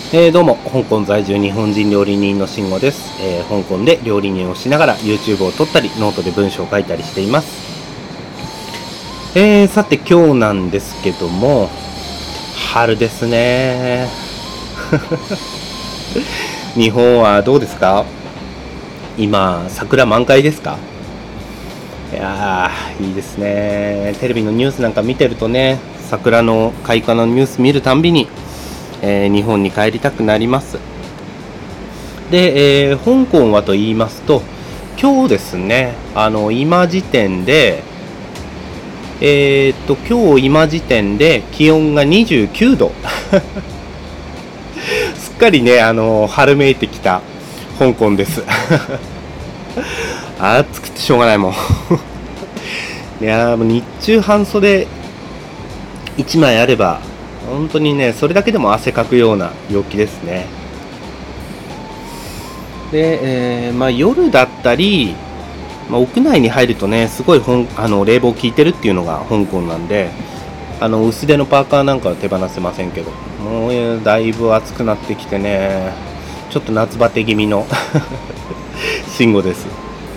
どうも、香港在住日本人料理人の慎吾です。香港で料理人をしながら YouTube を撮ったり、ノートで文章を書いたりしています。さて今日なんですけども、春ですね。日本はどうですか？今、桜満開ですか？いやー、いいですね。テレビのニュースなんか見てるとね、桜の開花のニュース見るたんびに、日本に帰りたくなります。で、香港はと言いますと、今日ですね、今時点で、今日今時点で気温が29度。すっかりね、春めいてきた香港です。暑くてしょうがないもん。いやー、もう日中半袖1枚あれば、本当にね、それだけでも汗かくような陽気ですね。で、夜だったり、屋内に入るとね、すごい冷房効いてるっていうのが香港なんで、薄手のパーカーなんかは手放せませんけど、もう、だいぶ暑くなってきてね、ちょっと夏バテ気味の慎吾です。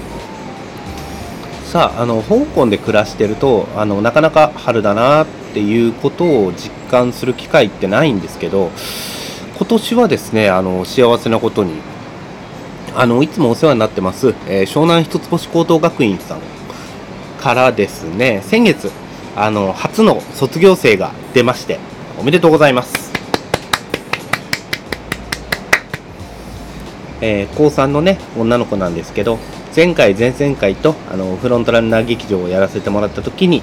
さあ、香港で暮らしてると、なかなか春だなっていうことを実感する機会ってないんですけど、今年はですね、幸せなことに、いつもお世話になってます、湘南一つ星高等学院さんからですね、先月、初の卒業生が出まして、おめでとうございます。高3のね、女の子なんですけど、前回、前々回と、フロントランナー劇場をやらせてもらった時に、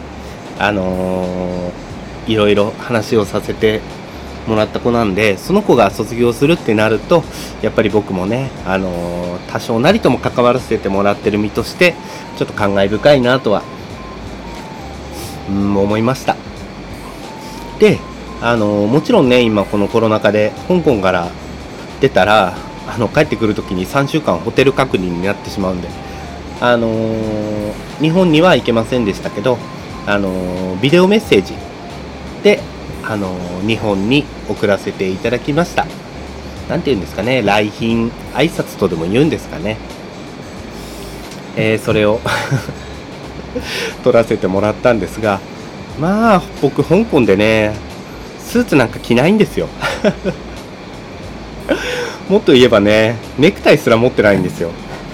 いろいろ話をさせてもらった子なんで、その子が卒業するってなると、やっぱり僕もね、多少なりとも関わらせてもらってる身として、ちょっと感慨深いなとは、思いました。で、もちろんね、今このコロナ禍で香港から出たら、帰ってくるときに3週間ホテル隔離になってしまうんで、日本には行けませんでしたけど、ビデオメッセージで、日本に送らせていただきました。なんて言うんですかね、来賓挨拶とでも言うんですかね。それを撮らせてもらったんですが、まあ僕香港でね、スーツなんか着ないんですよ。もっと言えばね、ネクタイすら持ってないんですよ。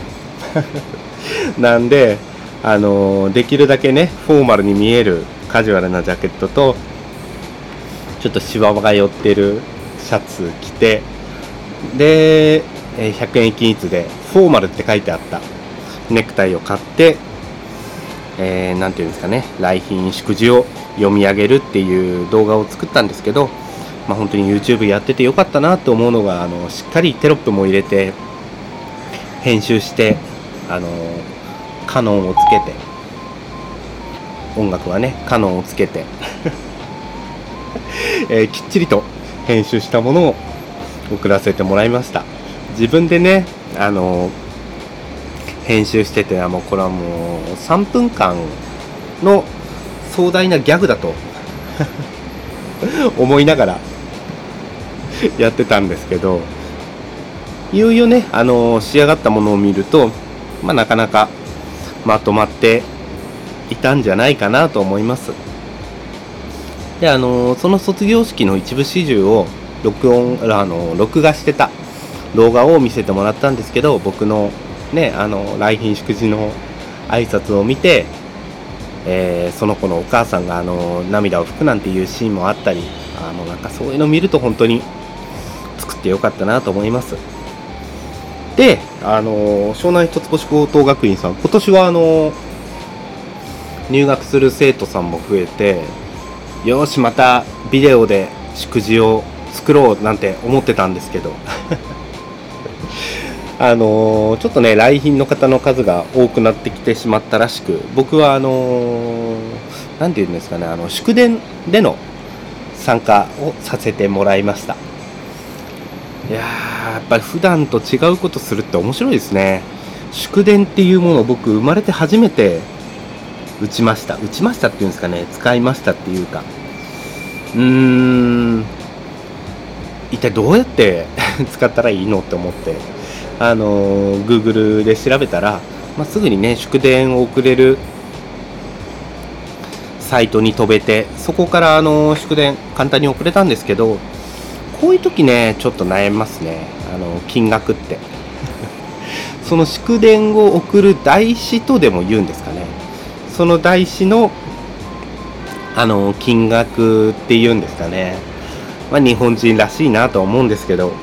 なんで、できるだけね、フォーマルに見えるカジュアルなジャケットと、ちょっとシワが寄ってるシャツ着て、で、100円均一でフォーマルって書いてあったネクタイを買って、なんていうんですかね、来賓祝辞を読み上げるっていう動画を作ったんですけど、本当に YouTube やっててよかったなと思うのが、しっかりテロップも入れて編集して、カノンをつけて、音楽はねカノンをつけて、きっちりと編集したものを送らせてもらいました。自分でね、編集してて、もうこれはもう3分間の壮大なギャグだと思いながらやってたんですけど、いよいよね、仕上がったものを見ると、なかなかまとまっていたんじゃないかなと思います。で、その卒業式の一部始終を録画してた動画を見せてもらったんですけど、僕のね、来賓祝辞の挨拶を見て、その子のお母さんが涙を拭くなんていうシーンもあったり、もうなんかそういうのを見ると本当に作ってよかったなと思います。で、湘南一つ星高等学院さん、今年は入学する生徒さんも増えて、よしまたビデオで祝辞を作ろうなんて思ってたんですけどちょっとね、来賓の方の数が多くなってきてしまったらしく、僕はなんていうんですかね、祝電での参加をさせてもらいました。いやー、やっぱり普段と違うことするって面白いですね。祝電っていうものを僕生まれて初めて打ちましたっていうんですかね、使いましたっていうか、 一体どうやって使ったらいいのって思って、Google で調べたら、すぐにね祝電を送れるサイトに飛べて、そこから祝電簡単に送れたんですけど、こういう時ねちょっと悩みますね。金額ってその祝電を送る台紙とでも言うんですかね、その台紙の金額っていうんですかね、日本人らしいなとは思うんですけど、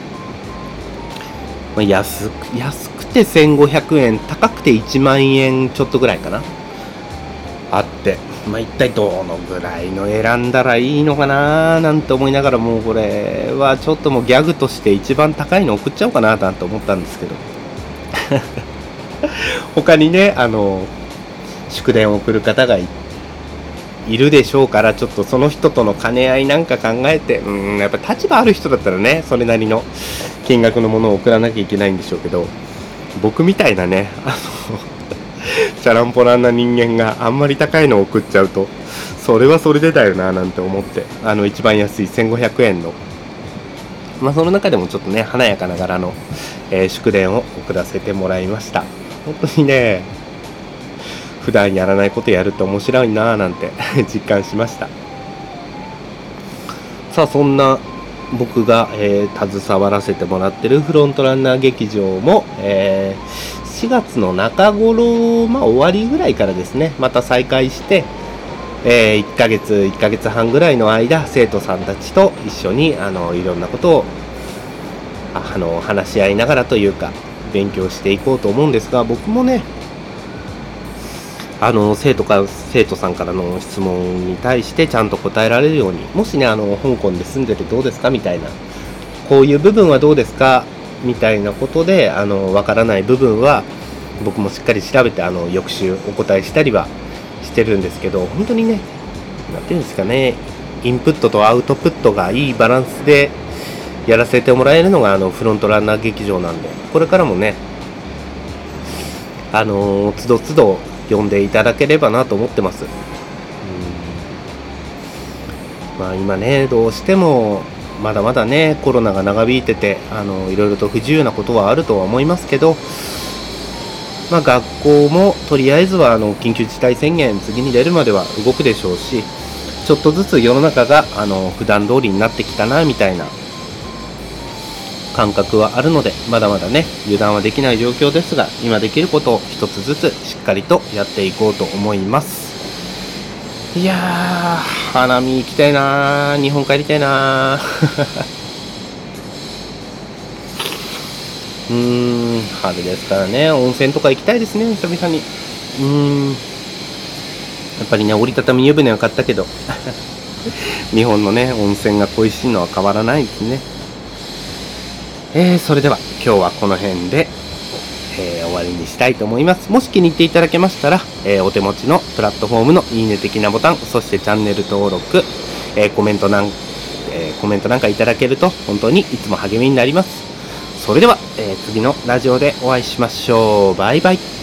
安くて1500円、高くて1万円ちょっとぐらいかなあって、一体どのぐらいの選んだらいいのかななんて思いながら、もうこれはちょっともうギャグとして一番高いの送っちゃおうかななんて思ったんですけど他にね祝電を送る方がいるでしょうから、ちょっとその人との兼ね合いなんか考えて、やっぱ立場ある人だったらねそれなりの金額のものを送らなきゃいけないんでしょうけど、僕みたいなねチャランポランな人間があんまり高いのを送っちゃうと、それはそれでだよななんて思って、一番安い1500円のその中でもちょっとね華やかな柄の、祝電を送らせてもらいました。本当にね普段やらないことやると面白いななんて実感しました。さあそんな僕が、携わらせてもらってるフロントランナー劇場も、4月の中頃、終わりぐらいからですねまた再開して、1ヶ月半ぐらいの間生徒さんたちと一緒にいろんなことを話し合いながらというか勉強していこうと思うんですが、僕もね生徒さんからの質問に対してちゃんと答えられるように、もしね香港で住んでてどうですかみたいな、こういう部分はどうですかみたいなことでわからない部分は僕もしっかり調べて翌週お答えしたりはしてるんですけど、本当にねなんていうんですかね、インプットとアウトプットがいいバランスでやらせてもらえるのがフロントランナー劇場なんで、これからもねつどつど呼んでいただければなと思ってます。今ねどうしてもまだまだねコロナが長引いてていろいろと不自由なことはあるとは思いますけど、学校もとりあえずは緊急事態宣言次に出るまでは動くでしょうし、ちょっとずつ世の中が普段通りになってきたなみたいな感覚はあるので、まだまだね油断はできない状況ですが、今できることを一つずつしっかりとやっていこうと思います。いやー花見行きたいな、日本帰りたいな春ですからね、温泉とか行きたいですね久々に。やっぱりね折りたたみ湯船は買ったけど日本のね温泉が恋しいのは変わらないですね。それでは今日はこの辺で、終わりにしたいと思います。もし気に入っていただけましたら、お手持ちのプラットフォームのいいね的なボタン、そしてチャンネル登録、コメントなんかいただけると本当にいつも励みになります。それでは、次のラジオでお会いしましょう。バイバイ。